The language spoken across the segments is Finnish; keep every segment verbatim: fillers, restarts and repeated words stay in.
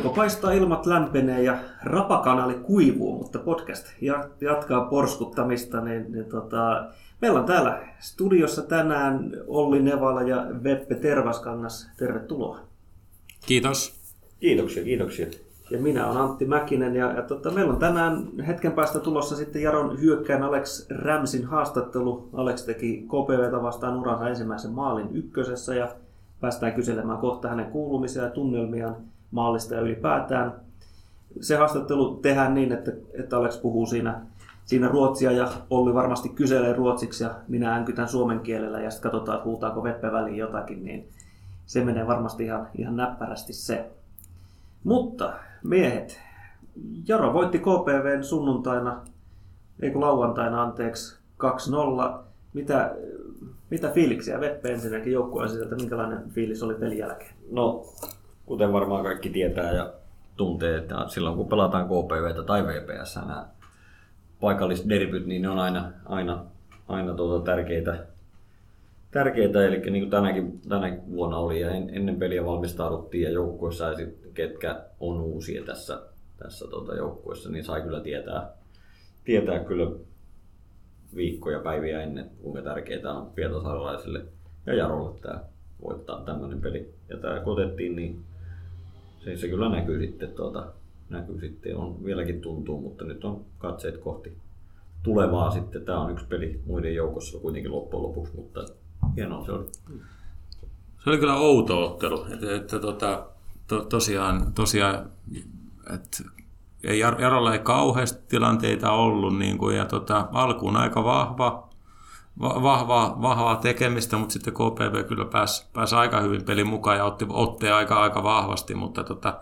Aurinko paistaa, ilmat lämpenee ja rapakanali kuivuu, mutta podcast jatkaa porskuttamista. Niin, niin tota, meillä on täällä studiossa tänään Olli Nevala ja Veppe Tervaskangas. Tervetuloa. Kiitos. Kiitoksia, kiitoksia. Ja minä olen Antti Mäkinen ja, ja tota, meillä on tänään hetken päästä tulossa sitten Jaron hyökkäin Alex Ramsin haastattelu. Alex teki K P V:tä vastaan uransa ensimmäisen maalin ykkösessä ja päästään kyselemään kohta hänen kuulumisia ja tunnelmiaan maalista ja ylipäätään. Se haastattelu tehdään niin, että, että Alex puhuu siinä, siinä ruotsia ja Olli varmasti kyselee ruotsiksi ja minä änkytän suomen kielellä ja sitten katsotaan, että huutaako Veppe väliin jotakin, niin se menee varmasti ihan, ihan näppärästi se. Mutta miehet, Jaro voitti K P V:n sunnuntaina, eikö lauantaina anteeksi, kaksi nolla. Mitä, mitä fiiliksiä Veppe ensinnäkin joukkueen sisältä, minkälainen fiilis oli pelin jälkeen? No, kuten varmaan kaikki tietää ja tuntee, että silloin kun pelataan K P V:tä tai V P S, nämä paikallisderbyt, niin ne on aina, aina, aina tuota tärkeitä. Tärkeitä, eli niin kuin tänäkin, tänä vuonna oli ja en, ennen peliä valmistauduttiin ja joukkueessa ja sitten ketkä on uusia tässä, tässä tuota joukkueessa, niin sai kyllä tietää, tietää kyllä viikkoja, päiviä ennen, kuinka tärkeää on pietasaarelaisille ja Jarolle tämä voittaa tämmöinen peli. Ja tämä kun otettiin, niin se, se kyllä näkyy sitten, tuota, näkyy sitten, on vieläkin tuntuu, mutta nyt on katseet kohti tulevaa sitten. Tämä on yksi peli muiden joukossa kuitenkin loppujen lopuksi, mutta hienoa se oli. Se oli kyllä outo ottelu, että, että tota, to, tosiaan, tosiaan että ei Jarolla ei kauheasti tilanteita ollut niin kuin, ja tota, alkuun aika vahva, vahva, vahvaa tekemistä, mutta sitten K P V kyllä pääsi, pääsi aika hyvin pelin mukaan ja otti otteen aika, aika vahvasti, mutta tota,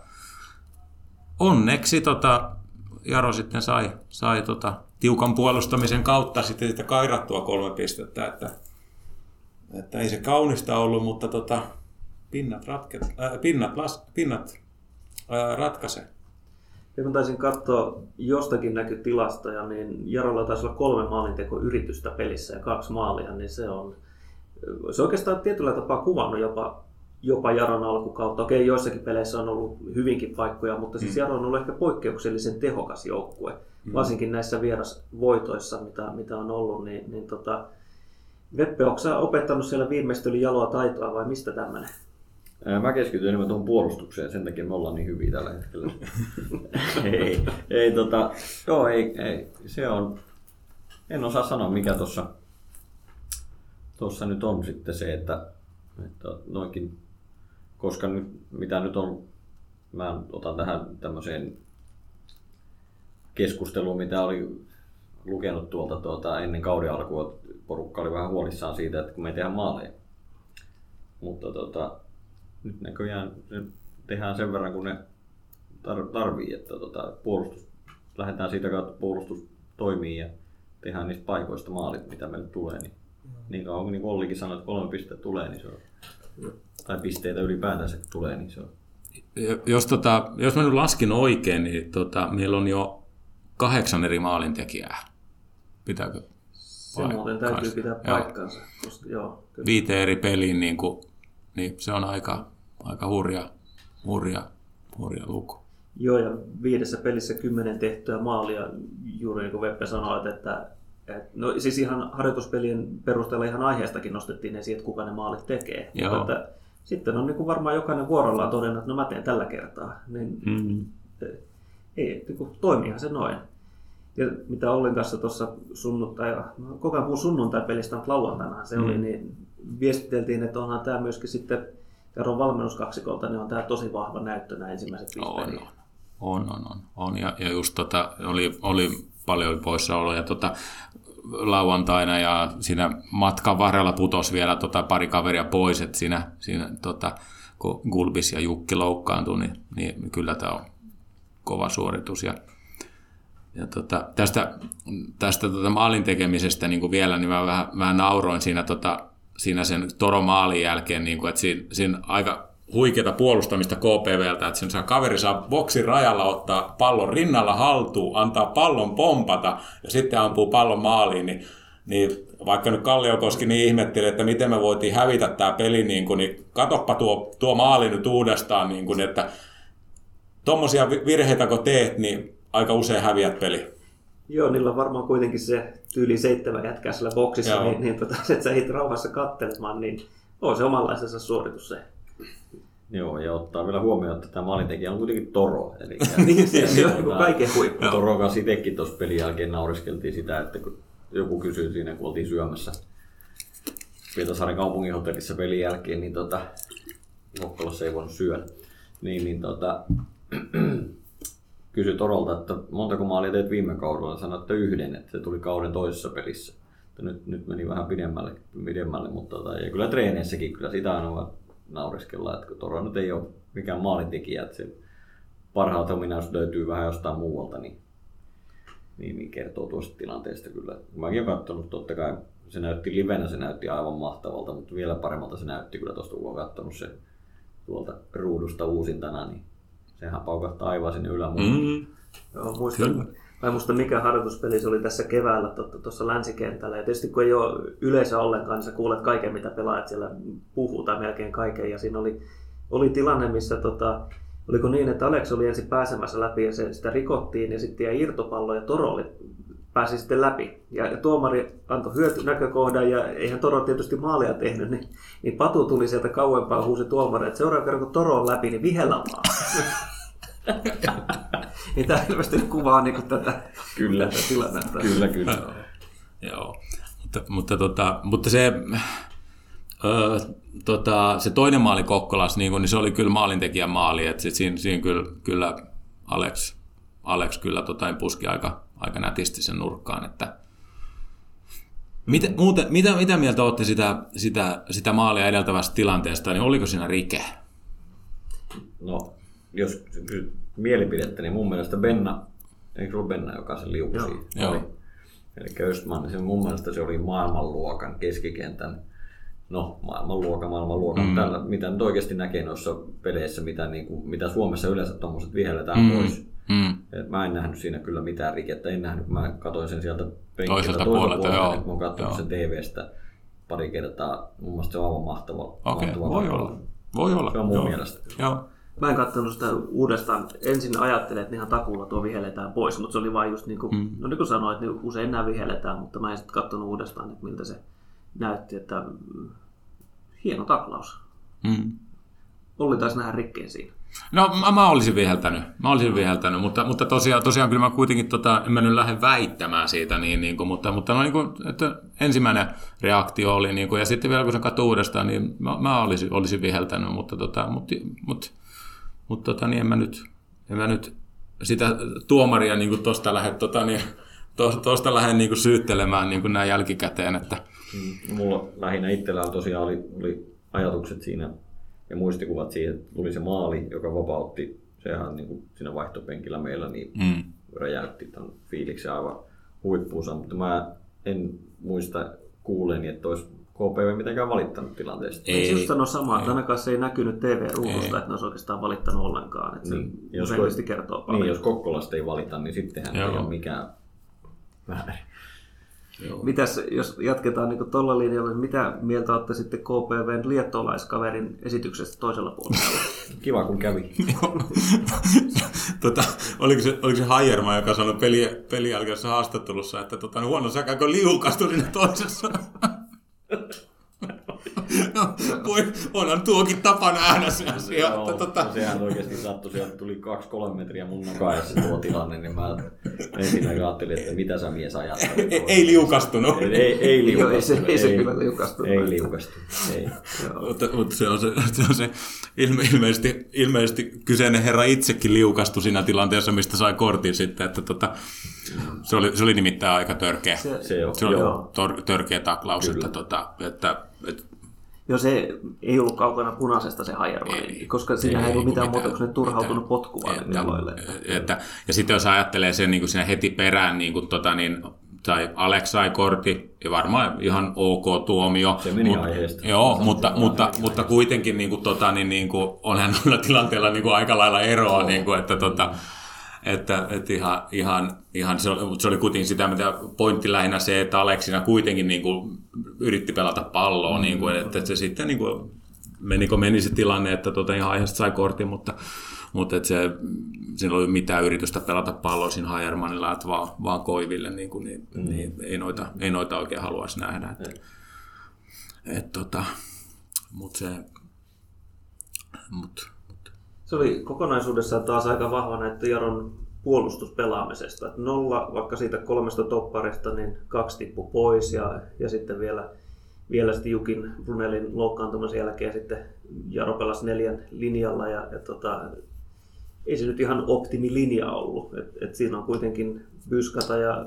onneksi tota, Jaro sitten sai, sai tota, tiukan puolustamisen kautta sitten, sitten kairattua kolme pistettä, että, että ei se kaunista ollut, mutta tota, pinnat, ratke, äh, pinnat, las, pinnat äh, ratkaisee. Ja kun taisin katsoa jostakin näky tilastoja, niin Jarolla taisi olla kolme maalintekoyritystä pelissä ja kaksi maalia, niin se on se oikeastaan tietyllä tapaa kuvannut jopa, jopa Jaron alkukautta. Okei, joissakin peleissä on ollut hyvinkin paikkoja, mutta siis Jaro on ollut ehkä poikkeuksellisen tehokas joukkue. Mm. Varsinkin näissä vierasvoitoissa, mitä, mitä on ollut, niin, niin tota, Veppe, onko sä opettanut siellä viimeistely jaloa taitoa vai mistä tämmöinen? Mä keskityn enemmän tuohon puolustukseen, sen takia me ollaan niin hyviä tällä hetkellä. ei, ei, tota, joo, ei, ei, se on, en osaa sanoa mikä tuossa tuossa nyt on sitten se, että, että noinkin, koska nyt, mitä nyt on, mä otan tähän tämmöiseen keskusteluun, mitä oli lukenut tuolta tuota, ennen kauden alkua, porukka oli vähän huolissaan siitä, että kun me ei tehdä maaleja, mutta tota, nyt näköjään tehdään sen verran, kun ne tarvii, että tota, puolustus, lähdetään siitä kautta, että puolustus toimii ja tehdään niistä paikoista maalit, mitä meille tulee. Niin, niin kauan kuin niin Ollikin sanoi, että kolme pistettä tulee, niin se on, tai pisteitä ylipäätänsä tulee, niin se on. Jos, tota, jos mä nyt laskin oikein, niin tota, meillä on jo kahdeksan eri maalintekijää. Pitääkö? Se muuten täytyy pitää paikkansa. Koska, joo, viiteen eri peliin, niin, kuin, niin se on aika, aika hurja, hurja, hurja luku. Joo, ja viidessä pelissä kymmenen tehtyä maalia, juuri niin kuin Veppe sanoi, että, että no, siis ihan harjoituspelien perusteella ihan aiheestakin nostettiin esiin, että kuka ne maalit tekee. Mutta että, sitten on niin kuin varmaan jokainen vuorollaan todennut, että no mä teen tällä kertaa. Niin, mm-hmm. ei, niin kuin, toimiihan se noin. Ja mitä Ollin kanssa tuossa sunnuntai, koko ajan puhun sunnuntai-pelistä, mutta lauantainahan se mm. oli, niin viestiteltiin, että onhan tämä myöskin sitten Jaron valmennuskaksikolta, niin on tämä tosi vahva näyttö nämä ensimmäiset viisi peliä. On, on, on, on. Ja, ja just tota, oli, oli paljon poissaoloja tota, lauantaina ja siinä matkan varrella putosi vielä tota, pari kaveria pois, että siinä, siinä tota, kun Gulbis ja Jukki loukkaantui, niin, niin kyllä tämä on kova suoritus. Ja, ja tota, tästä, tästä tota maalin tekemisestä niin kuin vielä, niin mä vähän, vähän nauroin siinä, tota, siinä sen Toro maalin jälkeen, niin kuin, että siinä, siinä aika huikeata puolustamista K P V:ltä, että sen saa, kaveri saa boksin rajalla ottaa pallon rinnalla haltuun, antaa pallon pompata ja sitten ampuu pallon maaliin, niin, niin vaikka nyt Kalliokoski niin ihmetteli, että miten me voitiin hävitä tämä peli, niin, kuin, niin katoppa tuo, tuo maali nyt uudestaan, niin kuin, että tommosia virheitä kun teet, niin aika usein häviät peli. Joo, niillä on varmaan kuitenkin se tyyli seitsemän jätkää siellä boksissa, Joo. niin, niin tota, että sä ehdit rauhassa katselemaan, niin on se omanlaisensa suoritus se. Joo, ja ottaa vielä huomioon, että tämä maalintekijä on kuitenkin Toro. Eli niin, se, se on niin kaiken huippu. Toro kanssa itsekin tuossa pelin jälkeen nauriskeltiin sitä, että kun joku kysyi siinä, kun oltiin syömässä Pietarsaaren kaupunginhotellissa pelin jälkeen, niin tota, Kokkolassa ei voinut syödä. Niin, niin tota, kysyi Torolta, että montako maalia teet viime kaudella, sanoi, että yhden, että se tuli kauden toisessa pelissä. Että nyt, nyt meni vähän pidemmälle, pidemmälle mutta tota, ja kyllä treeneissäkin kyllä sitä aina vaan naureskellaan, että kun Toro nyt ei ole mikään maalintekijä, että se parhaat ominaisuudet löytyy vähän jostain muualta, niin, niin, niin kertoo tuosta tilanteesta kyllä. Mäkin olen katsonut, totta kai se näytti livenä, se näytti aivan mahtavalta, mutta vielä paremmalta se näytti kyllä tuosta, kun olen katsonut se tuolta ruudusta uusintana, niin sehän paukahtaa aivan sinne ylämuun. Mm-hmm. Joo, muistan, mä en muista mikä harjoituspeli se oli tässä keväällä tuossa länsikentällä. Ja tietysti kun ei ole yleisö ollenkaan, niin sä kuulet kaiken mitä pelaajat siellä puhuu tai melkein kaiken. Ja siinä oli, oli tilanne, missä tota, oliko niin, että Alex oli ensin pääsemässä läpi ja se, sitä rikottiin ja sitten jäi irtopallo ja Toro oli, pääsi sitten läpi. Ja, ja tuomari antoi hyötynäkökohdan ja eihän Toro tietysti maalia tehnyt, niin, niin Patu tuli sieltä kauempaa huusi tuomari, että seuraava kerran kun Toro on läpi, niin vihellä vaan. Ei tämä ilmeisesti kuvaa niin tätä, kyllä. tätä tilannetta. Kyllä, kyllä. Joo, Joo. Mutta, mutta, tota, mutta se, ö, tota, se toinen maali Kokkolassa, niin, niin se oli kyllä maalintekijän maali. Että sit siinä, siinä kyllä, kyllä Alex, Alex kyllä tota, puski aika, aika nätisti sen nurkkaan. Että mitä, muuten, mitä, mitä mieltä olette sitä, sitä, sitä maalia edeltävästä tilanteesta, niin oliko siinä rike? No, jos mielipidettä, niin mun mielestä Benna, eikö ollut Benna, joka sen liukusi? Joo. Oli. Eli Östman, niin mun mielestä se oli maailmanluokan keskikentän, no maailmanluokan, maailmanluokan, mm. tällä, mitä nyt oikeasti näkee noissa peleissä, mitä, niin kuin, mitä Suomessa yleensä tuommoiset vihelletään mm. pois. Mm. Et mä en nähnyt siinä kyllä mitään rikettä, en nähnyt, mä katsoin sen sieltä penkiltä toiselta puolelta, puolelta nyt mä oon katsonut sen T V:stä pari kertaa, mun mielestä se on aivan mahtava. Okei, okay, voi olla. Voi olla. Se on mun Joo. mielestä. Joo. Mä en katsonut sitä uudestaan. Ensin ajattelin, että ihan takuulla tuo vihelletään pois, mutta se oli vain just niin kuin, mm. no niin kuin sanoin, että usein nämä vihelletään, mutta mä en sitten katsonut uudestaan, että miltä se näytti, että hieno taklaus. Mm. Olli taisi nähdä rikkeen siinä. No mä, mä olisin viheltänyt, mä olisin viheltänyt, mutta, mutta tosiaan, tosiaan kyllä mä kuitenkin tota, en mä nyt lähde väittämään siitä, niin, niin kuin, mutta, mutta no, niin kuin, että ensimmäinen reaktio oli, niin kuin, ja sitten vielä kun sen katsoi uudestaan, niin mä, mä olisin, olisin viheltänyt, mutta, tota, mutta, mutta, mutta tota, niin en, mä nyt, en mä nyt sitä tuomaria niin kuin tuosta lähde, tota, niin, tuosta lähde niin kuin syyttelemään niin kuin näin jälkikäteen. Että. Mulla lähinnä itsellään tosiaan oli, oli ajatukset siinä, ja muistikuvat siihen, että tuli se maali, joka vapautti, sehän niin kuin siinä vaihtopenkillä meillä, niin mm. räjäytti tämän fiiliksen aivan huippuunsa, mutta mä en muista kuuleeni, että olisi K P V mitenkään valittanut tilanteesta. Ei, ei just sano samaa, että ainakaan se ei näkynyt T V-ruudusta, että ne olisi oikeastaan valittanut ollenkaan, että niin, se jos usein kertoo paljon. Niin, jos Kokkolasta ei valita, niin sittenhän Joo. ei ole mikään väärin. Joo. Mitäs, jos jatketaan niin tuolla linjalla, niin mitä mieltä olette sitten K P V:n liettolaiskaverin esityksestä toisella puolella? Kiva, kun kävi. tota, oliko se, oliko se Hajerma, joka sanoi peli, pelin jälkeisessä haastattelussa, että tota, huono säkääkö liukastu siinä toisessa? No, voi, onhan tuokin tapana nähdä se asia. No, tota... no, sehän oikeasti sattui, sieltä tuli kaksi kolme metriä mun nakaessa tuo tilanne, niin mä ensinnäkin ajattelin, että mitä sä mies ajattelet. Ei, ei liukastunut. Ei, ei, ei liukastunut. Ei se, ei se kyllä liukastunut. Ei liukastunut. Ei. mutta, mutta se on se, se, on se ilme, ilmeisesti, ilmeisesti kyseinen herra itsekin liukastui siinä tilanteessa, mistä sai kortin sitten, että tota, se, oli, se oli nimittäin aika törkeä. Se, se, se oli tor, törkeä taklaus, että, tota, että, että joo, se ei ollut kaukana punaisesta se Hajerma, koska siinä ei, ei ollut mitään muuta kuin ne turhautunut potkuva jaloille. Että, ja sitten jos ajattelee sen niin kuin siinä heti perään, niin kuin, tota, niin, tai Alex sai kortti, ja varmaan ihan ok tuomio. Se meni Mut, aiheesta. Joo, mutta, mutta, mutta kuitenkin niin kuin, tota, niin, niin kuin, onhan noilla tilanteella niin kuin, aika lailla eroa, niin kuin, että tota, Että, että ihan, ihan, ihan se, oli, se oli kuitenkin sitä, mitä pointti lähinnä se, että Aleksina kuitenkin niin kuin yritti pelata palloa, mm. niin kuin, että se sitten niin kuin, meni, meni se tilanne, että tota ihan aiheesta sai kortin, mutta, mutta et se, siinä oli mitään yritystä pelata palloa siinä Hajermanilla, että vaan, vaan Koiville, niin, kuin, niin, mm. niin ei, noita, ei noita oikein haluaisi nähdä. Että, et, tota, mut se, mut, mut. se oli kokonaisuudessaan taas aika vahva näiden Jaron puolustuspelaamisesta. Että nolla, vaikka siitä kolmesta topparista, niin kaksi tippui pois ja, ja sitten vielä, vielä sitten Jukin Brunelin loukkaantumisen jälkeen sitten Jaro pelasi neljän linjalla ja, ja tota, ei se nyt ihan optimilinja ollut. Et, et siinä on kuitenkin Byskata ja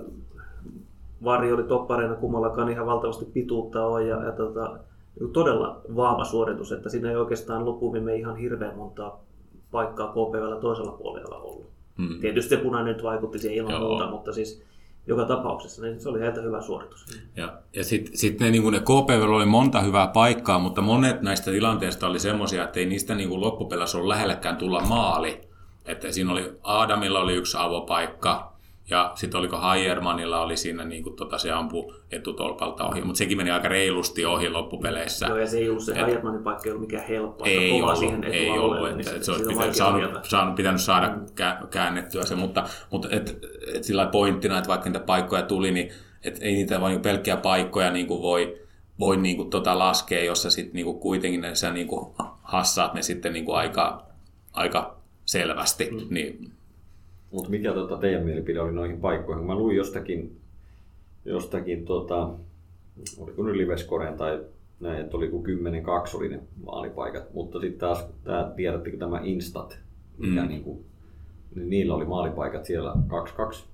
Vari oli toppareina, kummallakaan ihan valtavasti pituutta on ja, ja tota, todella vahva suoritus, että siinä ei oikeastaan loppuvimme ihan hirveän montaa paikkaa K P V:llä toisella puolella ollut. Hmm. Tietysti se punainen nyt vaikutti siihen ilman Joo. muuta, mutta siis joka tapauksessa niin se oli heiltä hyvä suoritus. Ja, ja sitten sit ne, niin ne K P V:llä oli monta hyvää paikkaa, mutta monet näistä tilanteista oli semmoisia, että ei niistä niin loppupelässä ollut lähelläkään tulla maali. Että siinä oli Adamilla oli yksi avopaikka ja sitten oliko Hajermanilla oli siinä niin kuin tota, se ampui etutolpalta ohi, mutta sekin meni aika reilusti ohi loppupeleissä. Joo, ja se ei ollut se Hajermanin paikka, ei ollut mikään helppo. Ei ollut, siihen ei ollut, että, niin että se olisi pitänyt, saanut, saanut, pitänyt saada mm. käännettyä se, mutta, mutta et, et sillä pointtina, että vaikka niitä paikkoja tuli, niin et ei niitä vain pelkkiä paikkoja niin kuin voi, voi niin kuin tota laskea, jossa sitten niin kuin kuitenkin ne, sä niin kuin hassaat ne sitten niin kuin aika, aika selvästi. Mm. Niin, mutta mikä tota teidän mielipide oli noihin paikkoihin? Mä luin jostakin, jostakin tota, oliko nyt Livescoreen tai näin, että oliko kymmenen kaksi oli ne maalipaikat. Mutta sitten taas, tää, tiedättekö tämä Instat, mikä mm. niinku, niin niillä oli maalipaikat siellä kaksi kaksi.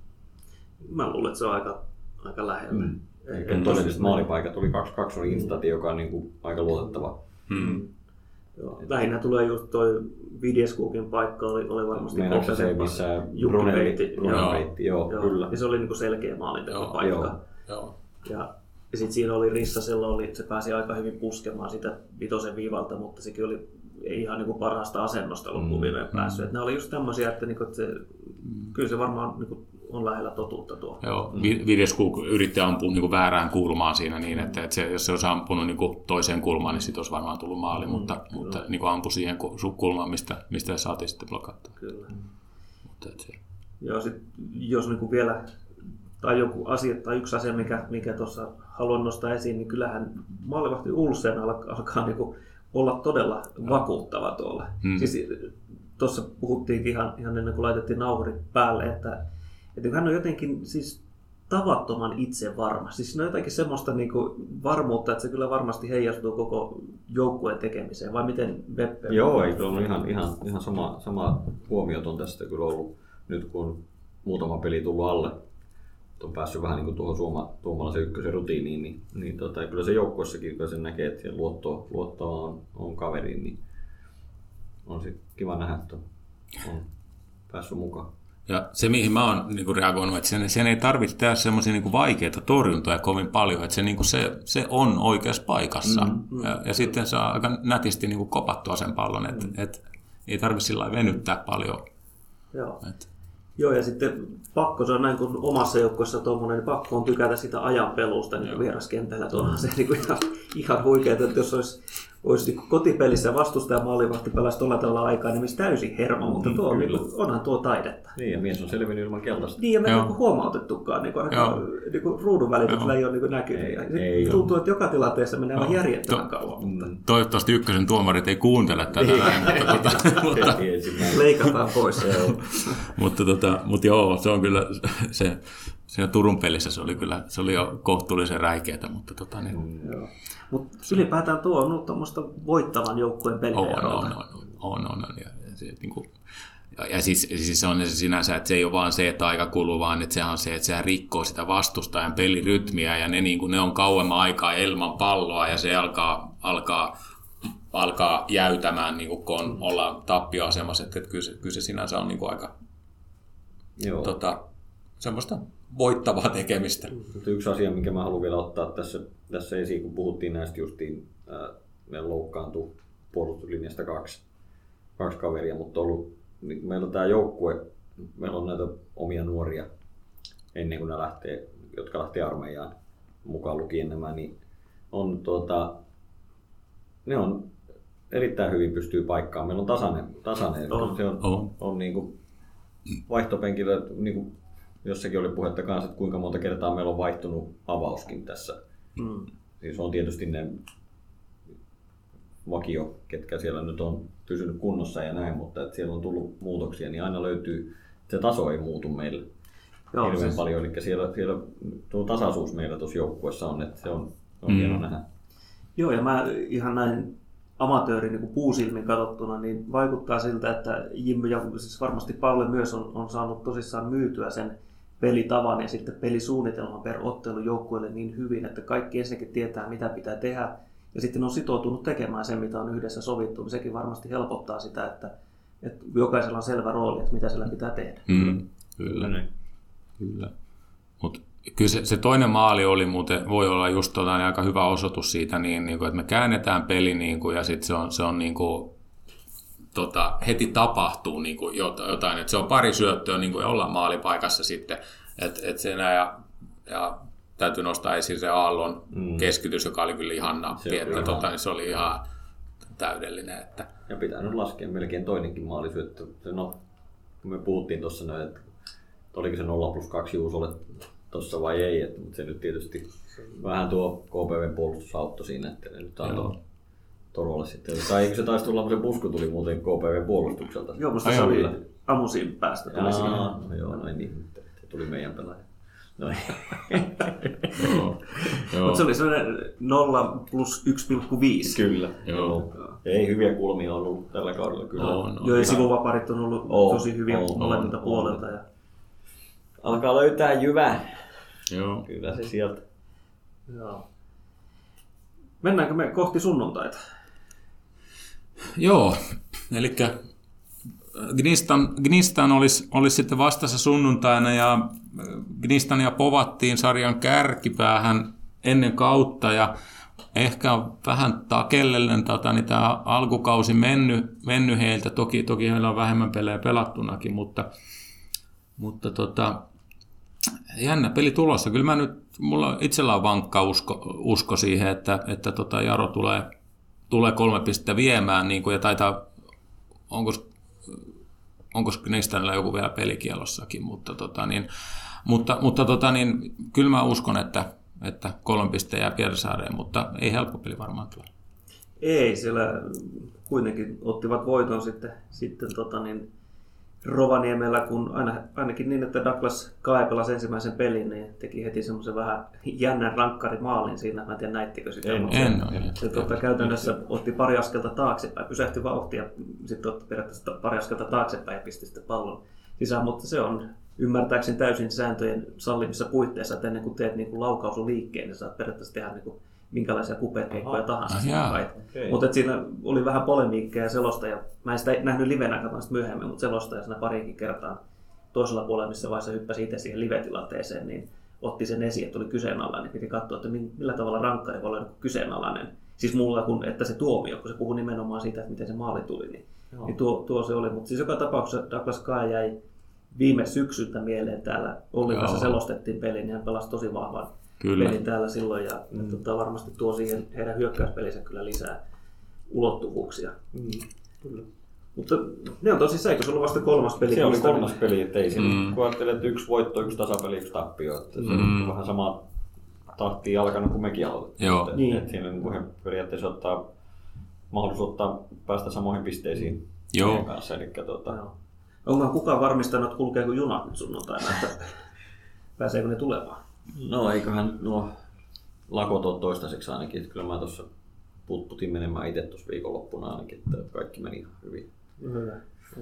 Mä luulen, että se on aika, aika lähellä. Mm. Todelliset maalipaikat oli kaksi kaksi, oli Instat, joka on niinku aika luotettava. Mm. Joo. Lähinnä tulee just toi Videskukin paikka, oli, oli varmasti Meinaatko se, missä Brunelli peitti? Joo, peitti, joo, joo, kyllä. Ja se oli niinku selkeä maalintekopaikka. Joo. Ja, ja sitten siinä oli Rissasella, oli, se pääsi aika hyvin puskemaan sitä vitosen viivalta, mutta sekin oli ei ihan niinku parhaasta asennosta loppuviimeen mm. päässyt. Et ne oli just tämmöisiä, että niinku, et se, kyllä se varmaan niinku, on lähellä totuutta tuo. Joo, Videskuk yritti ampua niinku väärään kulmaan siinä niin, että, että se, jos se olisi ampunut niinku toiseen kulmaan, niin sitten olisi varmaan tullut maali, mm, mutta, mutta niinku ampui siihen kulmaan, mistä, mistä saatiin sitten blokattua. Kyllä. Mutta, se... Joo, sit, jos niinku vielä, tai joku asia, tai yksi asia, mikä, mikä tuossa haluan nostaa esiin, niin kyllähän maalivahti Ulsen alkaa, alkaa niinku olla todella vakuuttava tuolla. Mm. Siis tuossa puhuttiinkin ihan, ihan ennen kuin laitettiin nauhurit päälle, että että hän on jotenkin siis tavattoman itsevarma. Siis siinä on jotenkin semmoista niin kuin varmuutta, että se kyllä varmasti heijastuu koko joukkueen tekemiseen. Vai miten Beppe? Joo, ei ole ihan, ihan, ihan sama, sama huomiot on tästä kyllä ollut nyt, kun muutama peli tullut alle. On päässyt vähän niin kuin tuohon suoma, suomalaisen ykkösen rutiiniin, niin, niin tota, kyllä se joukkueessakin, kun sen näkee, että luottoa, luottoa on, on kaveriin, niin on sitten kiva nähdä, että on päässyt mukaan. Ja se, mihin mä oon niin kuin reagoinut, että sen, sen ei tarvitse tehdä semmoisia niin kuin vaikeita torjuntoja kovin paljon, että se, niin kuin se, se on oikeassa paikassa. Mm-hmm. Ja, ja sitten saa aika nätisti niin kuin kopattua sen pallon, että mm-hmm. et, ei tarvitse sillä lailla venyttää paljon. Joo. Et. Joo, ja sitten pakko, se on näin kuin omassa joukkueessa tuommoinen, niin pakko on tykätä sitä ajanpelusta niin vieraskentällä. Tuolla se niin kuin ihan, ihan huikeaa, että jos olisi, olisi niin kotipelissä vastustaja maalivahti pelasi tuolla tällä aikaa, niin olisi täysin hermo, mutta tuo, niin kuin, onhan tuo taidetta. Niin, ja mies on selvinnyt ilman keltaista. Niin, ja me ei niin huomautettukaan, niin kuin, niin kuin ruudun välityksellä ei ole niin näkynyt. Ei, ei tuntuu, ole. Että joka tilanteessa menee aivan järjettömän kauan. Mutta... Toivottavasti ykkösen tuomarit ei kuuntele tätä näin, mutta, mutta, leikataan pois. mutta, tota, mutta joo, se on kyllä se, siinä Turun pelissä se oli kyllä, se oli jo kohtuullisen räikeätä, mutta tota niin. Mm, joo. Mutta ylipäätään tuo on ollut tuommoista voittavan joukkueen peliä. On, on, on, on, on, on. Ja, ja, niin kuin, ja, ja siis, siis se on se sinänsä, että se ei ole vaan se, että aika kuluu, vaan että se on se, että se rikkoo sitä vastustajan pelirytmiä ja ne, niin kuin, ne on kauemman aikaa ilman palloa ja se alkaa, alkaa, alkaa jäytämään, niin kuin, kun on, ollaan tappioasemassa, että kyllä se, kyllä se sinänsä on niin kuin aika Joo. Tota, semmoista voittavaa tekemistä. Yksi asia, minkä mä haluan vielä ottaa tässä, tässä esiin, kun puhuttiin näistä justiin, ää, meillä loukkaantui puolustuslinjasta kaksi, kaksi kaveria, mutta ollut, niin meillä on tämä joukkue, meillä on näitä omia nuoria ennen kuin ne lähtee, jotka lähtee armeijaan mukaan lukien nämä, niin on tuota, ne on erittäin hyvin pystyy paikkaamaan. Meillä on tasainen. tasainen. On. Se on, on. on niin kuin vaihtopenkillä, niin kuin jossakin oli puhetta kanssa, että kuinka monta kertaa meillä on vaihtunut avauskin tässä. Mm. Siis on tietysti ne vakio, ketkä siellä nyt on pysynyt kunnossa ja näin, mutta että siellä on tullut muutoksia, niin aina löytyy, se taso ei muutu meille Joo, hirveän siis... paljon. Eli siellä, siellä tuo tasaisuus meillä tuossa joukkueessa on, että se on, on mm. hieno nähdä. Joo, ja mä ihan näin amatöörin niin puusilmin katsottuna, niin vaikuttaa siltä, että Jimmy ja siis varmasti Palle myös on, on saanut tosissaan myytyä sen pelitavan ja sitten pelisuunnitelman per ottelu joukkueelle niin hyvin, että kaikki ensinnäkin tietää, mitä pitää tehdä, ja sitten on sitoutunut tekemään sen, mitä on yhdessä sovittu, niin sekin varmasti helpottaa sitä, että, että jokaisella on selvä rooli, että mitä siellä pitää tehdä. Mm, kyllä, mm. kyllä. Mut kyllä se, se toinen maali oli muuten, voi olla just tota, niin aika hyvä osoitus siitä, niin, niin kuin, että me käännetään peli niin kuin, ja sitten se on, se on niin kuin, tota, heti tapahtuu niin kuin jotain, että se on pari syöttöä niin kuin, ja ollaan maalipaikassa sitten, että et siinä ja, ja täytyy nostaa esiin se Aallon mm. keskitys, joka oli kyllä ihan nappi, se, että tota, niin se oli ihan täydellinen. Että... Ja pitää nyt laskea melkein toinenkin maalisyöttö. No, kun me puhuttiin tuossa, että oliko se nolla plus kaksi Juusolle tuossa vai ei, että, mutta se nyt tietysti vähän tuo K P V:n puolustus auttoi siinä, että ne nyt antoi Torolle sitten. Tai eikö se taisi tulla, se pusku tuli muuten K P V:n puolustukselta? Joo, musta se oli Amusin päästä. Tuli Jaa, no joo, noin niin, tuli meidän pelaaja. No Mutta se oli sellainen nolla plus yksi pilkku viisi. Kyllä. Joo. Ei hyviä kulmia on ollut tällä kaudella kyllä. On, on. Joo, ja sivuvaparit on ollut on, tosi hyviä on, molemmilta on, puolelta. On. Ja... Alkaa löytää jyvää. Joo. Kyllä se sieltä. Joo. Mennäänkö me kohti sunnuntaita? Joo, eli Gnistan, Gnistan olisi, olisi sitten vastassa sunnuntaina ja Gnistania povattiin sarjan kärkipäähän ennen kautta ja ehkä on vähän takellellen tota, niin tämä alkukausi mennyt, mennyt heiltä. Toki, toki heillä on vähemmän pelejä pelattunakin, mutta, mutta tota, jännä peli tulossa. Kyllä mä nyt, mulla itsellä on vankka usko, usko siihen, että, että tota Jaro tulee, tulee kolme pistettä viemään niin kuin, ja taitaa, onko onko Gnistanilla joku vielä pelikielossakin, mutta, tota, niin, mutta, mutta tota, niin, kyllä mä uskon, että, että kolme pistettä jää Piersaareen, mutta ei helppo peli varmaan tule. Ei, siellä kuitenkin ottivat voiton sitten, sitten tota, niin, Rovaniemellä, kun aina, ainakin niin, että Douglas Kae pelasi ensimmäisen pelin, niin teki heti semmoisen vähän jännän rankkarimaalin siinä. Mä en tiedä, näittekö sitä. En, en, en, se, tota, käytännössä otti pari askelta taaksepäin, pysähtyi vauhtia ja sitten otti periaatteessa pari askelta taaksepäin ja pisti sitten pallon sisään. Mutta se on ymmärtääkseni täysin sääntöjen sallimissa puitteissa, että ennen kuin teet niin kuin laukausuliikkeen, niin saat periaatteessa tehdä niin kuin minkälaisia kupekeikkoja tahansa. Ah, okay. Mutta siinä oli vähän polemiikkaa ja selostaja. Mä en sitä nähnyt livenä, katsoin sitä myöhemmin, mutta selostaja siinä pariinkin kertaan toisella puolella, missä vaiheessa hyppäsi itse siihen live-tilanteeseen, niin otti sen esiin, että oli kyseenalainen, niin piti katsoa, että millä tavalla rankkari voi olla kyseenalainen. Siis muulla kuin, että se tuomio, kun se puhui nimenomaan siitä, että miten se maali tuli, niin, niin tuo, tuo se oli. Mutta siis joka tapauksessa Douglas Kae jäi viime syksyltä mieleen täällä. Ollin kanssa selostettiin peliin, niin hän pelasi tosi vahvan Kyllä. pelin täällä silloin ja mm. tota, varmasti tuo siihen heidän hyökkäyspelinsä kyllä lisää ulottuvuuksia. Mm. Kyllä. Mutta ne on tosissaan, eikö se ollut vasta kolmas peli? Se oli kolmas peli, ettei siinä, mm. kun ajattelee, että yksi voitto, yksi tasapeli, yksi tappio. Että se mm. on vähän sama tahtia alkanut kuin mekin aloitettiin. Että, niin. että siinä he periaatteessa ottaa mahdollisuus ottaa, päästä samoihin pisteisiin Joo. kanssa. Eli, tuota... Onko kukaan varmistanut, että kulkeeko junat nyt sunnuntaina, että pääseekö ne tulemaan? No eiköhän nuo lakot ole toistaiseksi ainakin. Että kyllä mä tuossa putputin menemään itse tuossa viikonloppuna ainakin, että kaikki meni hyvin. Hyvä. Hyvä.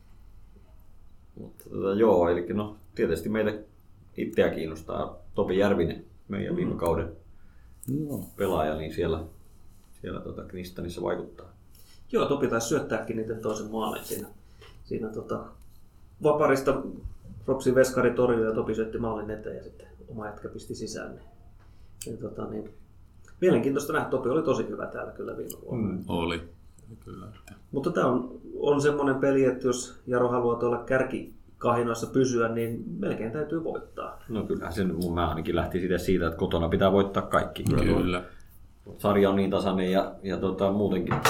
Mutta tota, joo, eli no tietysti meitä itseä kiinnostaa Topi Järvinen, meidän mm. viime kauden mm. pelaaja, niin siellä, siellä tota Gnistanissa vaikuttaa. Joo, Topi taisi syöttääkin niiden toisen maalin siinä. Siinä tota, vaparista Ropsin veskari torjui ja Topi syötti maalin eteen ja sitten oma jätkä pisti sisään. Niin, niin, tota, niin, mielenkiintoista nähdä, Topi oli tosi hyvä täällä kyllä viime vuonna. Mm, oli. Kyllä. Mutta tämä on, on semmoinen peli, että jos Jaro haluaa tuolla kärkikahinoissa pysyä, niin melkein täytyy voittaa. No kyllä, sen mä ainakin lähti siitä, siitä, että kotona pitää voittaa kaikki. Kyllä. kyllä. Sarja on niin tasainen ja, ja tota, muutenkin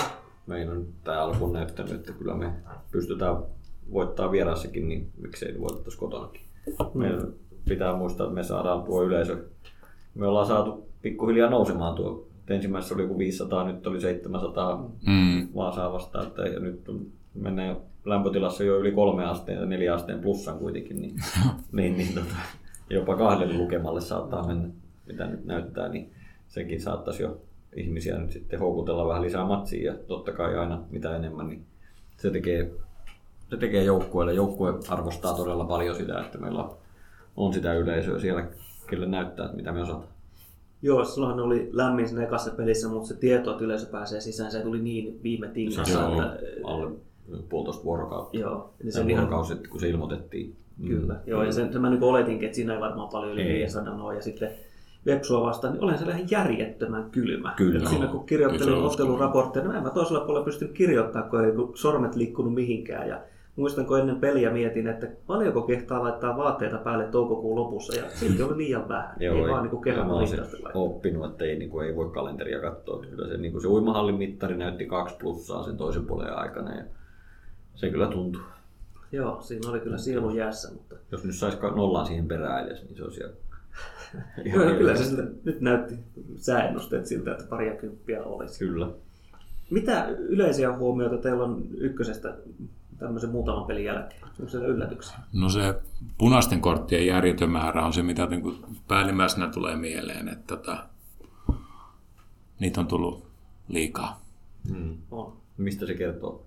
meillä on tämä alku näyttänyt, että kyllä me pystytään voittaa vierassakin, niin miksei voitettaisi kotonakin. Mm. Meidän pitää muistaa, että me saadaan tuo yleisö. Me ollaan saatu pikkuhiljaa nousemaan tuo. Ensimmäisessä oli joku viisisataa, nyt oli seitsemänsataa mm. Vaasaa vastaan. Että ja nyt on, mennään lämpötilassa jo yli kolme asteen ja neljä asteen plussan kuitenkin. Niin, niin, niin tota, jopa kahdelle lukemalle saattaa mennä, mitä nyt näyttää. Niin sekin saattaisi jo ihmisiä nyt sitten houkutella vähän lisää matsia. Ja totta kai aina mitä enemmän, niin se tekee, se tekee joukkueelle. Joukkue arvostaa todella paljon sitä, että meillä on, on sitä yleisöä siellä, kelle näyttää, että mitä me osataan. Joo, silloinhan oli lämmin siinä ekassa pelissä, mutta se tieto, että yleisö pääsee sisään, se tuli niin viime tingassa. Joo, että alle puolitoista vuorokautta. Joo. Eli se vuorokausi, ihan... kun se ilmoitettiin. Kyllä, mm. joo, ja sen, sen mä niin oletinkin, että siinä ei varmaan paljon yli viisisataa ole, ja sitten Vepsua vastaan, niin olen siellä ihan järjettömän kylmä. Kyllä. Siinä kun kirjoittelin otteluraportteja, niin en mä toisella puolella pystynyt kirjoittamaan, kun ei sormet liikkunut mihinkään. Ja muistan, kun ennen peliä mietin, että paljonko kehtaa laittaa vaatteita päälle toukokuun lopussa, ja silti oli liian vähän. Joo, ei ei vaan niin kehää riittävästi laittaa. Oppinut, että ei, niin kuin, ei voi kalenteria katsoa. Kyllä se, niin kuin se uimahallin mittari näytti kaksi plussaa sen toisen puolen aikana, ja se kyllä tuntuu. Joo, siinä oli kyllä sielu jäässä. Mutta... Jos nyt saisi nollaa siihen perään edes, niin se olisi Joo, kyllä se sitä, nyt näytti sääennusteet siltä, että paria kymppiä olisi. Kyllä. Mitä yleisiä huomioita teillä on ykkösestä tämmöisen muutaman pelin jälkeen? Onko siellä yllätyksiä? No se punaisten korttien järjetön määrä on se, mitä niin päällimmäisenä tulee mieleen. Että tota, niitä on tullut liikaa. Hmm. On. Mistä se kertoo?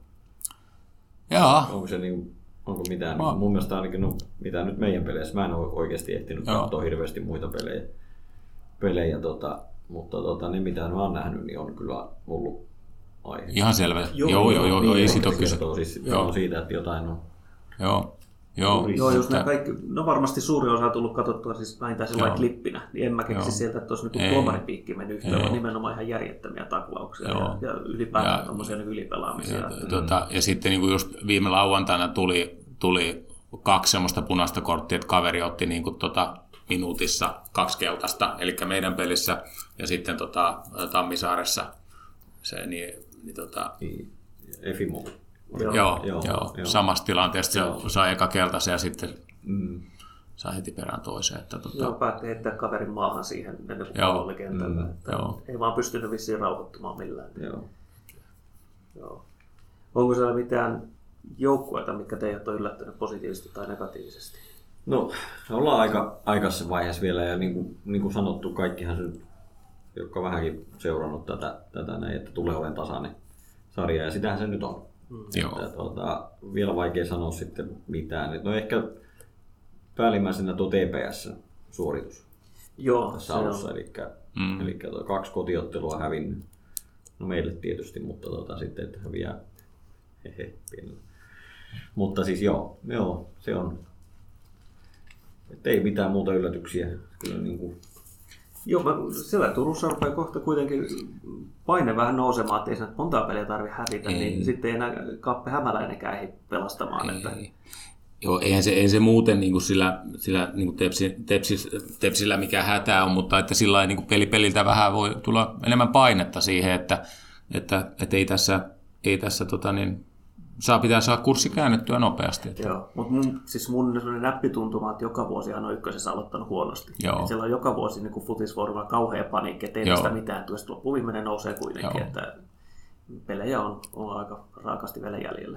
Jaa. Onko se niin... Onko mitään? No. Mun mielestä ainakin, no, mitään nyt meidän peleissä. Mä en ole oikeasti ehtinyt Joo. katsoa hirveästi muita pelejä. pelejä tota, mutta tota, ne mitä mä oon nähnyt, niin on kyllä ollut aihe. Ihan selvä. Joo, joo, joo. joo, joo ei siitä ole kyse. Siis joo. siitä, että jotain on. Joo. Joo, joo just nämä kaikki, no varmasti suuri osa on tullut katsottua siis vähintään sellainen klippina, niin en mä keksi joo. sieltä, että olisi niin tuomaripiikki mennyt yhteen, vaan nimenomaan ihan järjettömiä taklauksia ja, ja ylipäätään tommosia niin ylipelaamisia. Ja, ja, tuota, ja sitten niin kuin just viime lauantaina tuli, tuli kaksi semmoista punaista korttia, että kaveri otti niin kuin tota minuutissa kaksi keltaista, eli meidän pelissä ja sitten tota, Tammisaaressa se niin, niin tota... Efimo. Joo, joo, joo, joo. Samassa tilanteessa joo. se sai eka keltaisen ja sitten mm. sai heti perään toiseen. Että, tuota... Joo, päätti heittää kaverin maahan siihen ennen kuin pallo oli kentällä. Mm. Ei vaan pystynyt vissiin rauhoittumaan millään. Joo. Joo. Onko siellä mitään joukkueita, mitkä teidät on yllättänyt positiivisesti tai negatiivisesti? No, ollaan aika aikaisessa vaiheessa vielä ja niin kuin, niin kuin sanottu, kaikkihan se, jotka vähänkin seurannut tätä, tätä näin, että tulee olemaan tasainen sarja ja sitähän se nyt on. Mm. Että, tuota, vielä vaikea sanoa sitten mitään. No ehkä päällimmäisenä tuo T P S-suoritus Joo, tässä alussa. Eli, mm. eli tuo kaksi kotiottelua hävinnyt. No meille tietysti, mutta tuota, sitten että häviää hehe, pienellä. Mutta siis joo, joo se on. Että ei mitään muuta yllätyksiä. Kyllä niin kuin... Joo, mä, siellä Turussa rupeaa kohta kuitenkin paine vähän nousemaan, ettei siinä montaa peliä tarvitse hävitä, ei. Niin sitten ei enää Kappe Hämäläinenkään ehdi pelastamaan. Ei. Että... Joo, eihän se, ei se muuten niin kuin sillä, sillä niin kuin tepsi, tepsis, tepsillä mikä hätää on, mutta että sillä niin kuin peli peliltä vähän voi tulla enemmän painetta siihen, että, että, että ei tässä, ei tässä tota niin, saa pitää saada kurssi käännettyä nopeasti. Että... Joo, mutta mun, siis mun näppituntuma, että joka vuosihan on ykkösessä aloittanut huonosti. Siellä on joka vuosi niin futisfoorumilla kauhea paniikki, ettei tästä mitään tuosta loppuun viimeinen nousee kuitenkin, Joo. että pelejä on, on aika raakasti vielä jäljellä.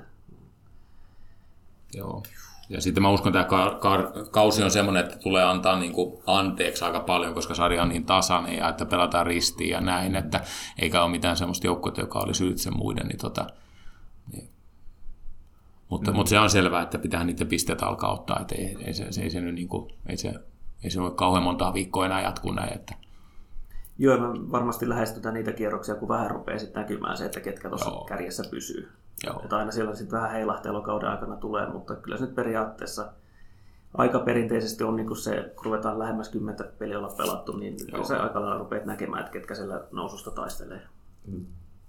Joo. Ja sitten mä uskon, että tämä ka- kausi on semmoinen, että tulee antaa niin kuin anteeksi aika paljon, koska sarja on niin tasainen ja että pelataan ristiin ja näin, että eikä ole mitään semmoista joukkuetta, joka olisi ylitse muiden. Niin tota, niin. Mutta, mm. mutta se on selvää, että pitää niiden pisteet alkaa ottaa, että ei, ei, se, se, ei, se, nyt niin kuin, ei, se, ei se voi kauhean montaa viikkoa enää jatkuu näin. Että... Joo, me varmasti lähestytään niitä kierroksia, kun vähän rupeaa sitten näkymään se, että ketkä tuossa kärjessä pysyy. Että aina siellä sitten vähän heilahteilla kauden aikana tulee, mutta kyllä se nyt periaatteessa aika perinteisesti on niin kuin se, kun ruvetaan lähemmäs kymmentä peliä olla pelattu, niin Joo. se aika lailla rupeat näkemään, että ketkä siellä noususta taistelee. Mm.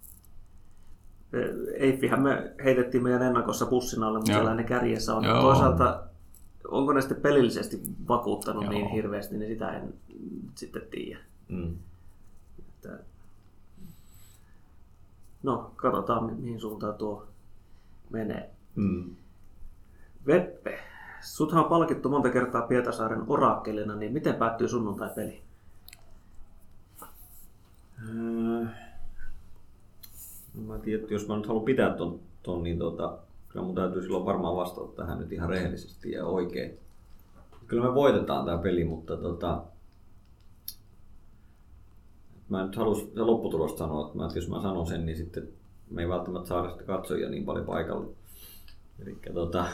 Eiffihän me heitettiin meidän ennakossa bussin alle, mutta siellä ne kärjessä on. Joo. Toisaalta, onko ne sitten pelillisesti vakuuttanut Joo. niin hirveästi, niin sitä en sitten tiedä. Mm. Että... No, katsotaan mi- mihin suuntaan tuo menee. Mm. Veppe, suthan on palkittu monta kertaa Pietarsaaren oraakkelina, niin miten päättyy sunnuntai-peli? Öö, no mä tiedän, että jos mä nyt haluan pitää ton, ton niin tota, kyllä mun täytyy silloin varmaan vastata tähän nyt ihan rehellisesti ja oikein. Kyllä me voitetaan tää peli, mutta tota, mä en nyt halua sitä lopputulosta sanoa, että, mä, että jos mä sanon sen, niin sitten me ei välttämättä saada sitä katsojia niin paljon paikalle. Elikkä tota,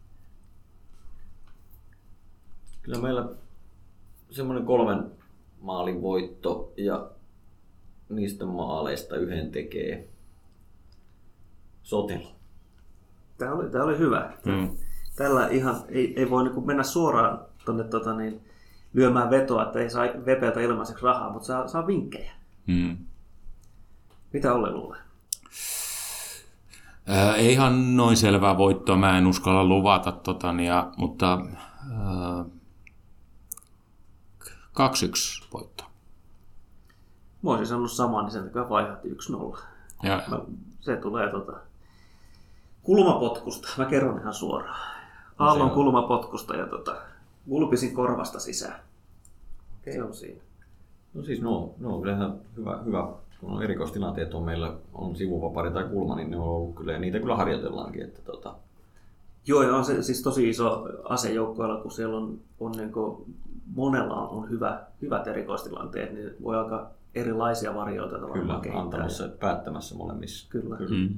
kyllä meillä semmoinen kolmen maalin voitto ja niistä maaleista yhden tekee Sotelo. Tämä oli, tämä oli hyvä. Mm. Tällä ihan ei, ei voi niin mennä suoraan tonne, tota, niin, lyömään vetoa, että ei saa Vepeltä ilmaiseksi rahaa, mutta saa, saa vinkkejä. Mm. Mitä Olle luulee? Äh, ei ihan noin selvää voittoa, mä en uskalla luvata, totani, ja, mutta äh, kaksi yksi voitto. Mä olisin sanonut samaa, niin sen takia vaihatti yksi nolla. Ja, Mä, se tulee tota, kulmapotkusta. Mä kerron ihan suoraan. Aallon on. kulmapotkusta ja tota, gulpisin korvasta sisään. Okei, on siinä. No siis no, no kyllähän hyvä, hyvä, kun on erikoistilanteet on meillä on sivuvapari tai kulma, niin ne on ollut kyllä, ja niitä kyllä harjoitellaankin. Että tota. Joo, ja on se siis tosi iso ase joukkueella, kun siellä on, on niin kuin, monella on hyvä, hyvät erikoistilanteet, niin voi alkaa erilaisia varjoita varmaan Kyllä, kehittää. antamassa ja päättämässä molemmissa. Kyllä. Kyllä. mm.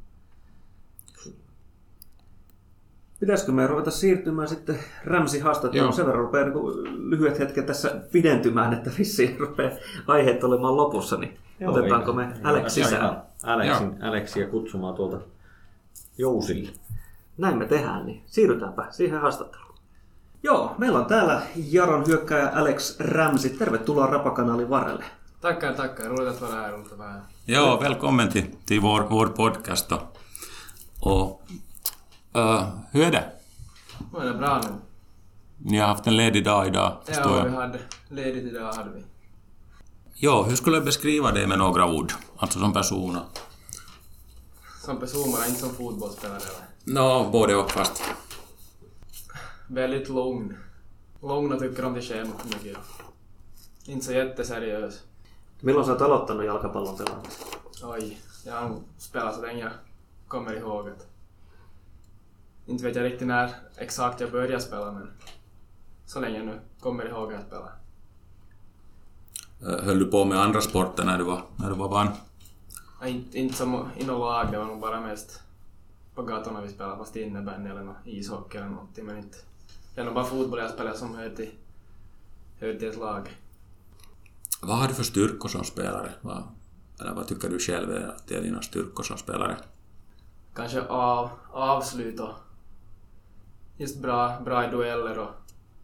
Pitäisikö me ruveta siirtymään sitten Ramsin haastatteluun? Joo. Sen verran rupeaa niin lyhyet hetket tässä pidentymään, että vissiin rupeaa aiheet olemaan lopussa, niin Joo, otetaanko ei, me ei, Alex ei, sisään? Alexin, Alexia kutsumaan tuolta Jousille. Näin me tehdään, niin siirrytäänpä siihen haastatteluun. Joo, meillä on täällä Jaron hyökkääjä Alex Ramsey. Tervetuloa Rapakanaalin varrelle. Tackar, tackar. Roligt att vara här. Roligt att vara här. Ja, välkommen till, till vår, vår podcast då. Och, uh, hur är det? Nu är det bra nu. Ni har haft en ledig dag idag, förstår Ja, vi jag. hade ledigt idag hade vi. Jo, hur skulle du beskriva dig med några ord? Alltså som person? Som person bara, inte som fotbollsspelare. Eller? No, både och fast. Väldigt lugn. Lugn och tycker om det sker något mycket. Inte så jätteseriös. Milloin sä oot aloittanut jalkapallon pelaamista? Oj, jag har nog spelat så länge jag kommer ihåg att. Inte vet jag riktigt när exakt jag började spela, men så länge jag nu kommer ihåg att spela. Höll du på med andra sporter när du var, när du var barn? Ja, inte, inte som inom lag, det var nog bara mest på gatorna vi spelade, fast innebandy eller något, ishockey eller någonting, men inte. Det är nog bara fotboll jag spelar som hör till, hör till ett lag. Vad har du för styrkor som spelare? Vad, eller vad tycker du själv är att det är dina styrkor som spelare? Kanske av, avslut och just bra, bra i dueller och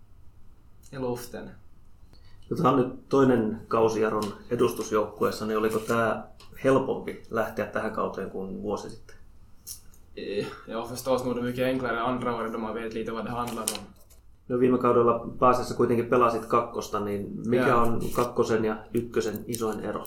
i luften. Tämä on nyt toinen kausi Jaron edustusjoukkueessa, niin oliko tämä helpompi lähteä tähän kauteen kuin vuosi sitten? Eh, Ja förstås nog det mycket enklare andra året då man vet lite vad det handlar om. No, viime kaudella pääsessä kuitenkin pelasit kakkosta, niin mikä Joo. on kakkosen ja ykkösen isoin ero?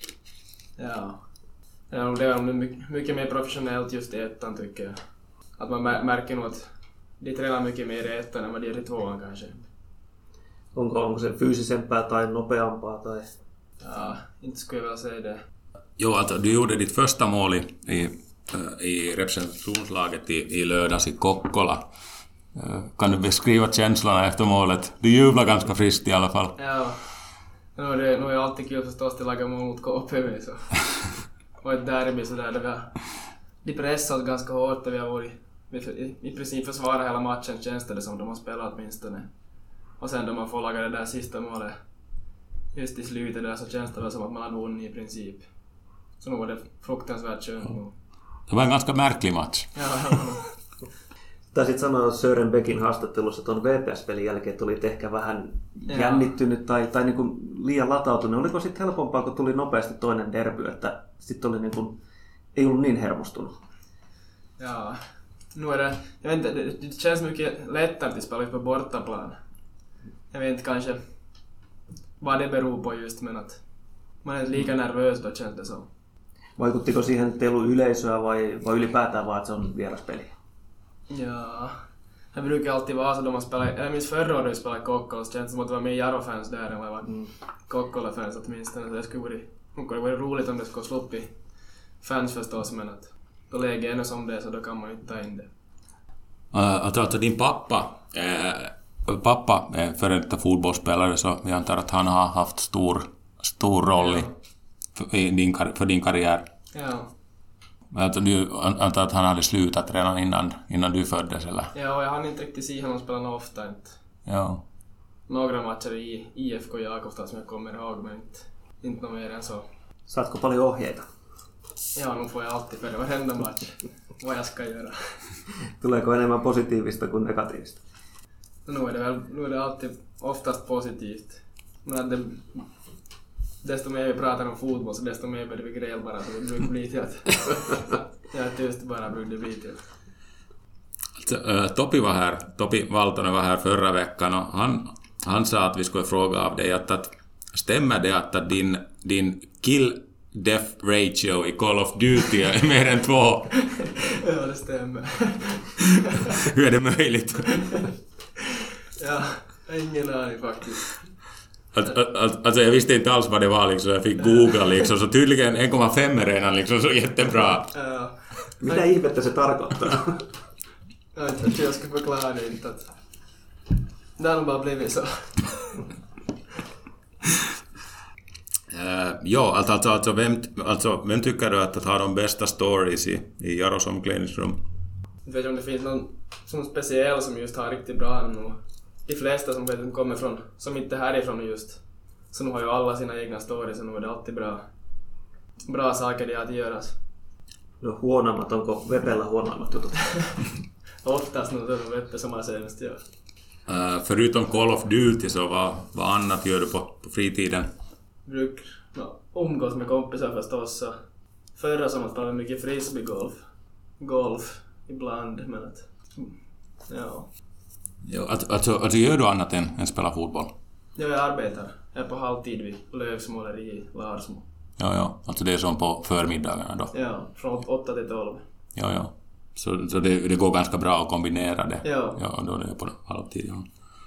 Ja. Ja, det är nog mycket, mycket mer professionellt just i ettan tycker jag. Att man mär- märker nog att de tränar mycket mer i ettan än vad de gör i tvåan kanske. Onko, onko se fyysisempää tai nopeampaa? Tai... Ja, inte skulle jag vilja säga det. Jo, alltså du gjorde ditt första mål i, i, äh, i representationslaget i, i lördags i Kokkola. Äh, Kan du beskriva känslorna efter målet? Du jublar ganska friskt i alla fall. Ja, nu är det, nu är det alltid kul förstås att laga mål mot K P V så. Och ett derby sådär där vi har de pressat ganska hårt och vi har varit vi för- i, i princip försvarat hela matchen, känns det som de har spelat åtminstone. Och sen då man får laga det där sista målet just i slutet där så känns det väl som att man har vunnit i princip. Så nu var det fruktansvärt skönt nu. Det var en ganska märklig match. Ja, Taisit sanoa Sören Beckin haastattelussa tuon V P S-pelin jälkeen, että olit ehkä vähän Joo. jännittynyt tai, tai niin kuin liian latautunut. Oliko sitten helpompaa, kun tuli nopeasti toinen derby, että sitten oli niin kuin, ei ollut niin hermostunut? ja. Nu är det, jag vet inte, det, det känns mycket lättare att spela på bortaplan. Jag vet inte kanske vad det beror på just, men att man är lika nervös då känns det som. Vaikuttiko siihen, että ei ollut yleisöä vai, vai ylipäätään vaan, että se on vieraspeli? Ja, jag brukar alltid vara så då man spelar, jag minns förra året vi spelade Kokkola så känns det som att det var mer Jaro-fans där än vad det var mm. Kokkola-fans åtminstone. Så det skulle varit, det varit roligt om det skulle slå upp i fans förstås, men att då läget ännu som det så då kan man inte ta in det. Uh, alltså, alltså din pappa, eh, pappa är före detta fotbollsspelare, så jag antar att han har haft stor, stor roll i, för, i din, för din karriär. Ja. Alltså, du antar att han hade slutat redan innan, innan du föddes, eller? Ja, och jag hann inte riktigt se honom spela något ofta. Inte. Ja. Några matcher i I F K Jakobstad som jag kommer ihåg, men inte, inte något mer än så. Saatko paljon ohjeita? Ja, nu får jag alltid före varenda match vad jag ska göra. Tuleeko enemmän positiivista kuin negatiivista? Nu är det väl nu är det alltid oftast positivt. Men att det, desto mer vi pratar om fotboll så desto mer blir vi gräl bara, så det brukar bli till att jag är tyst bara brukar det bli till. Alltså, äh, Topi var här, Topi Valtonen var här förra veckan och han, han sa att vi skulle fråga av dig att, att stämmer det att, att din, din kill death ratio i Call of Duty är mer än två? Ja, det stämmer. Hur är det möjligt? Ja, ingen aning faktiskt. Alltså, alltså jag visste inte alls vad det var liksom, jag fick googla liksom, så tydligen en komma fem är redan liksom så jättebra. Ja. Mitä ihmettä se tarkoittaa? Jag vet inte, jag ska förklara det inte att det har nog bara blivit så. Uh, ja, alltså, alltså, alltså, vem, alltså vem tycker du att, att har de bästa stories i, i Jaros omklädningsrum? Jag vet inte om det finns någon som speciell som just har riktigt bra nu. De flesta som vet att de kommer från, som inte är härifrån just. Så nu har ju alla sina egna stories och nu är det alltid bra, bra saker de har att göras. No, huonommat, onko Vepellä huonommat jutut? Oftast nu så de vet det som har senast gör. Uh, förutom Call of Duty så vad, vad annat gör du på, på fritiden? Bruk no, umgås med kompisar förstås. Så förra sommaren spelade vi mycket frisbeegolf. Golf ibland, men att ja. Jo, alltså, alltså, alltså gör du annat än, än spela fotboll? Jag arbetar. Jag är på halvtid vid Lövsmåleri i Larsmo. Ja, ja. Alltså det är som på förmiddagarna då? Ja, från åtta till tolv. Ja, ja. Så, så det, det går ganska bra att kombinera det? Ja. Ja, då är det på halvtid, ja.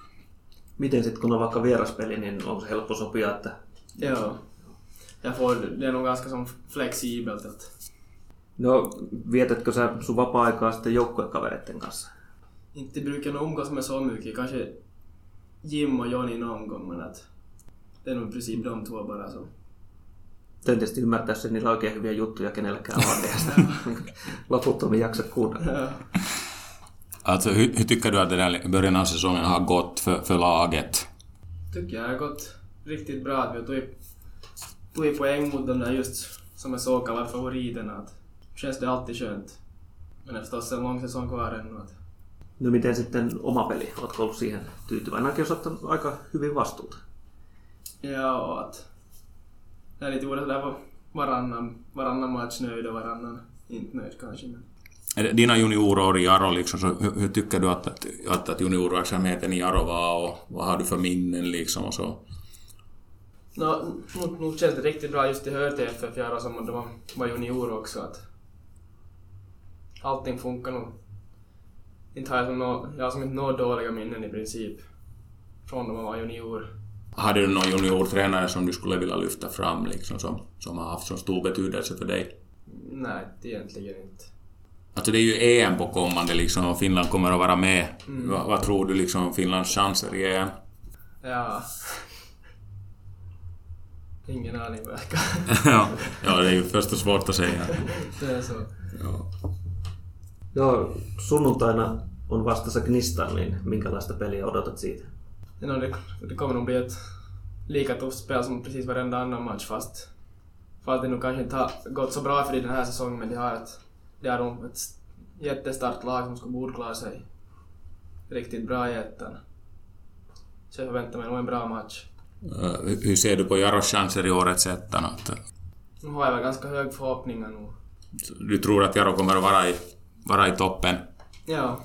Miten sitten kun on vaikka vieraspeli, niin onko se helppo sopia, että... Ja. Jag får, det är nog ganska som flexibelt att... No, vietätkö sä sun vapaa-aikaa sitten joukkuekavereiden kanssa? Inte brukar nog umgås med så mycket. Kanske Jim och Joni någon gång, men att det är nog i princip de två bara så. Täytyy tietysti ymmärtää sen, niillä on oikein hyviä juttuja kenellekään vandeasta. Loputtomiin jaksa kuunnella. Ja. Alltså, hur, hur tycker du att den här början av säsongen har gått för, för laget? Tycker jag har gått riktigt bra att vi tog, tog poäng mot de där just som är så kallade favoriterna. Att känns det alltid skönt. Men det är förstås en lång säsong kvar ännu. Att... No miten sitten oma peli? Oletko ollut siihen tyytyväinen? Ainakin jos ottanut aika hyvin vastuuta. Ja, och att jag är lite orolig där varannan, varannan match nöjd och varannan inte nöjd kanske. Men... Dina juniorer i Jaro, liksom, så hur, hur tycker du att, att, att juniorverksamheten i Jaro var och vad har du för minnen liksom och så? No, nu, nu känns det riktigt bra just i Hör till F F Jaro som de var junior också. Att allting funkar nog. Inte har jag, som nå, jag har som inte några dåliga minnen i princip från när man var junior. Hade du någon juniortränare som du skulle vilja lyfta fram liksom, som, som har haft så stor betydelse för dig? Nej, egentligen inte. Alltså det är ju E M på kommande liksom, och Finland kommer att vara med. Mm. Vad, vad tror du liksom om Finlands chanser i E M? Ja. Ingen aning verkar. ja, ja, det är ju först och svårt att säga. Det är så. Ja. Joo, sunnuntaina on vastassa Gnistan, niin minkälaista peliä odotat siitä? No, det, det kommer nog bli ett lika tufft spel som precis varenda annan match, fast, fast det nog kanske inte har gått så bra för den här säsongen, men de har ett, de har ett jättestarkt lag som ska borde klara sig riktigt bra i ettan. Så jag förväntar mig nog en bra match. Uh, hur ser du på Jaros chanser i årets ettan? Nu har jag väl ganska hög förhoppningar nu. Du tror att Jaro kommer att vara i, vara i toppen? Ja.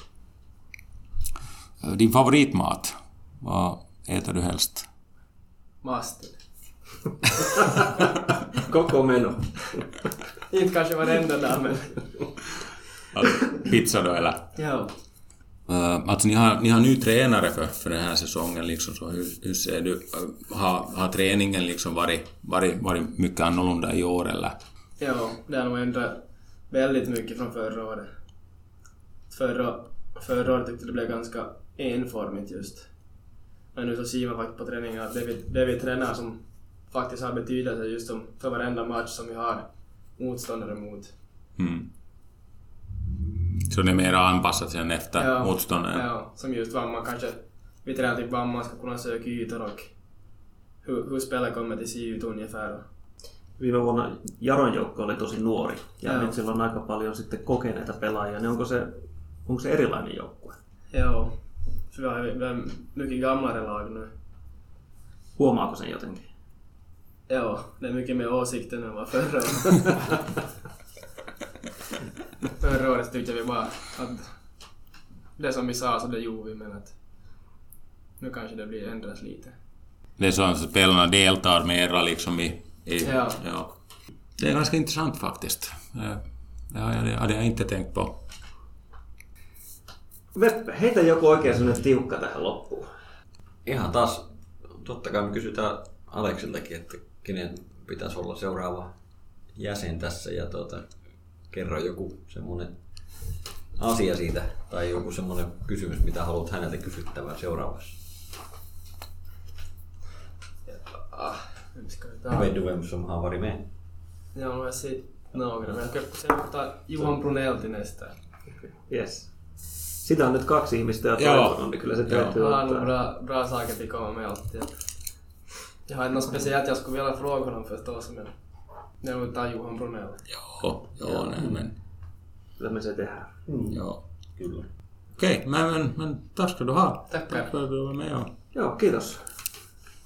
Din favoritmat? Vad äter du helst? Mastel. Koko meno. Inte kanske varenda där, men... Pizzadoilla. Ja. Uh, alltså ni har, ni har ny tränare för, för den här säsongen liksom, så hur, hur ser du, uh, har, har träningen liksom varit, varit, varit mycket annorlunda i år eller? Ja, det har nog ändrat väldigt mycket från förra året. Förra, förra året tyckte det blev ganska enformigt just. Men nu så ser man faktiskt på träningen att det vi, det vi tränar som faktiskt har betydelse just som för varenda match som vi har motståndare mot. Mm. Så det är mer anpassat sen efter ja, motståndaren? Ja, som just vad man kanske... Vi tränar typ vad man ska kunna söka ytor och hur, hur spelet kommer till se ut ungefär. Viime vuonna Jaron joukko oli tosi nuori ja Joo. nyt sillä on aika paljon sitten kokeneita pelaajia. Niin onko se, onko se erilainen joukkue? Ja, för vi har, vi har mycket gamlare lag nu. Huomaako sen jotenkin? Ja, det är mycket mer åsikter än vad förra året. Förra året tyckte vi bara att det som vi sa så det gjorde vi, men att nu kanske det blir ändras lite. Det är så att spelarna deltar mera liksom i... i Ja. ja. Det är ganska intressant faktiskt. Ja, det hade jag inte tänkt på. Veppe, heitä joku oikein sellainen tiukka tähän loppuun. Ihan taas, totta kai me kysytään Aleksiltakin, että kenen pitäisi olla seuraava jäsen tässä ja tuota, kerro joku semmoinen asia siitä tai joku semmoinen kysymys, mitä haluat häneltä kysyttävän seuraavassa. Ah, vem ska vi ta? Vet du vem som har varit med? Ja, nu har jag sett några, men jag kan sen ta Johan Brunell till nästa. Yes. Sitä on nyt kaksi ihmistä ja Joo. toivonut, niin kyllä se täytyy Han har nog ottaa. bra, bra saker till komma med alltid. Jag har inte något speciellt jag skulle vilja fråga honom förstås, men jag vill ta Johan Brunell. Joo, joo, näin men. Kyllä me se tehdään. Joo. Kyllä. Okej, men, men, men tack ska du ha. Tackar. Tack för att du var med. Och... Joo, kiitos.